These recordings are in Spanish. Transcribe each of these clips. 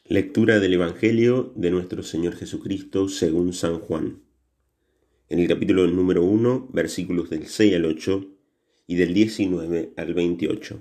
Lectura del Evangelio de nuestro Señor Jesucristo según San Juan. En el capítulo número 1, versículos del 6 al 8 y del 19 al 28.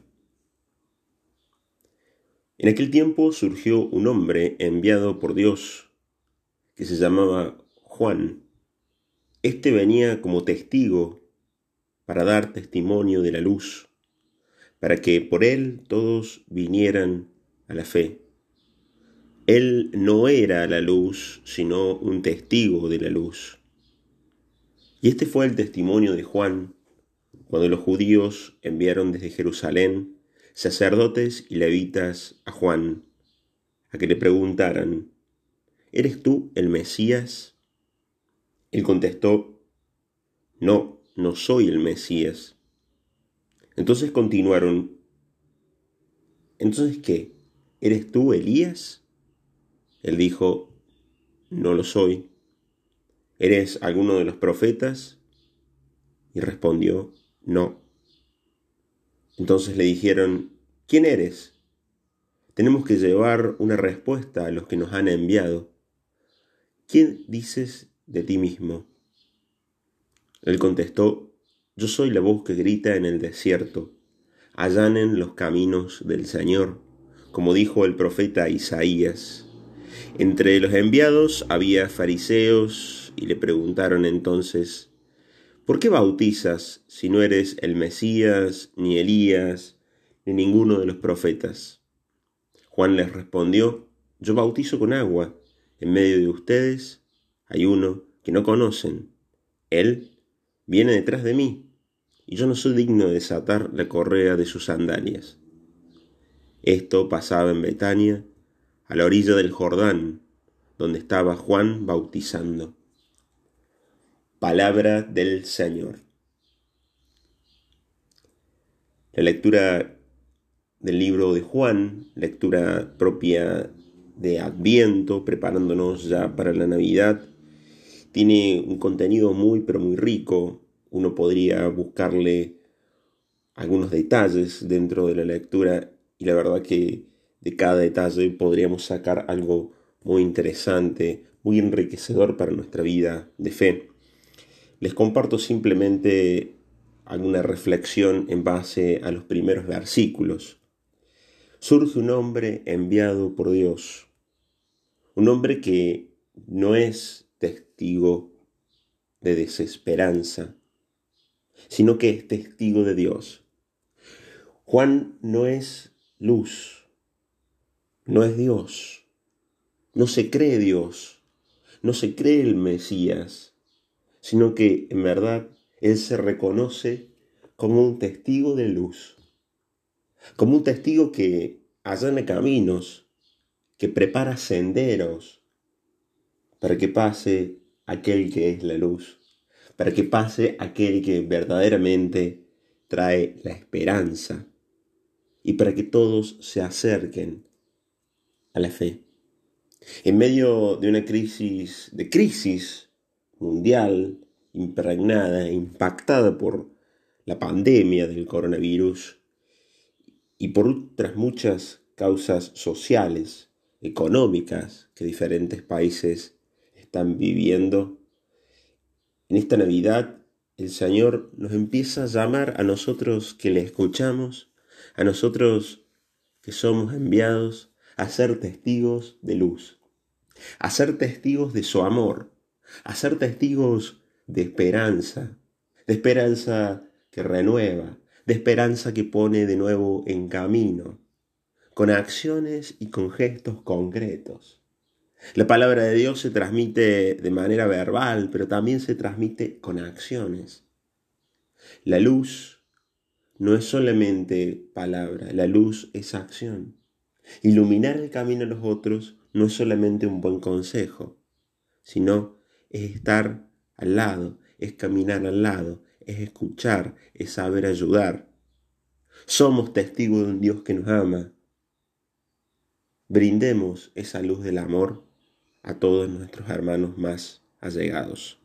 En aquel tiempo surgió un hombre enviado por Dios que se llamaba Juan. Este venía como testigo para dar testimonio de la luz, para que por él todos vinieran a la fe. Él no era la luz, sino un testigo de la luz. Y este fue el testimonio de Juan, cuando los judíos enviaron desde Jerusalén sacerdotes y levitas a Juan, a que le preguntaran: ¿eres tú el Mesías? Él contestó: No, no soy el Mesías. Entonces continuaron: ¿entonces qué? ¿Eres tú Elías? Él dijo: No lo soy. ¿Eres alguno de los profetas? Y respondió: No. Entonces le dijeron: ¿quién eres? Tenemos que llevar una respuesta a los que nos han enviado. ¿Quién dices de ti mismo? Él contestó: Yo soy la voz que grita en el desierto: allanen los caminos del Señor, como dijo el profeta Isaías. Entre los enviados había fariseos y le preguntaron entonces: ¿por qué bautizas si no eres el Mesías, ni Elías, ni ninguno de los profetas? Juan les respondió: Yo bautizo con agua. En medio de ustedes hay uno que no conocen. Él viene detrás de mí, y yo no soy digno de desatar la correa de sus sandalias. Esto pasaba en Betania, a la orilla del Jordán, donde estaba Juan bautizando. Palabra del Señor. La lectura del libro de Juan, lectura propia de Adviento, preparándonos ya para la Navidad, tiene un contenido muy pero muy rico. Uno podría buscarle algunos detalles dentro de la lectura y la verdad que de cada detalle podríamos sacar algo muy interesante, muy enriquecedor para nuestra vida de fe. Les comparto simplemente alguna reflexión en base a los primeros versículos. Surge un hombre enviado por Dios, un hombre que no es testigo de desesperanza, sino que es testigo de Dios. Juan no es luz, no es Dios, no se cree Dios, no se cree el Mesías, sino que en verdad él se reconoce como un testigo de luz, como un testigo que allana caminos, que prepara senderos para que pase aquel que es la luz, para que pase aquel que verdaderamente trae la esperanza y para que todos se acerquen a la fe. En medio de una crisis mundial, impregnada, impactada por la pandemia del coronavirus y por otras muchas causas sociales, económicas que diferentes países están viviendo, en esta Navidad el Señor nos empieza a llamar a nosotros que le escuchamos, a nosotros que somos enviados a ser testigos de luz, a ser testigos de su amor, a ser testigos de esperanza que renueva, de esperanza que pone de nuevo en camino, con acciones y con gestos concretos. La palabra de Dios se transmite de manera verbal, pero también se transmite con acciones. La luz no es solamente palabra, la luz es acción. Iluminar el camino a los otros no es solamente un buen consejo, sino es estar al lado, es caminar al lado, es escuchar, es saber ayudar. Somos testigos de un Dios que nos ama. Brindemos esa luz del amor a todos nuestros hermanos más allegados.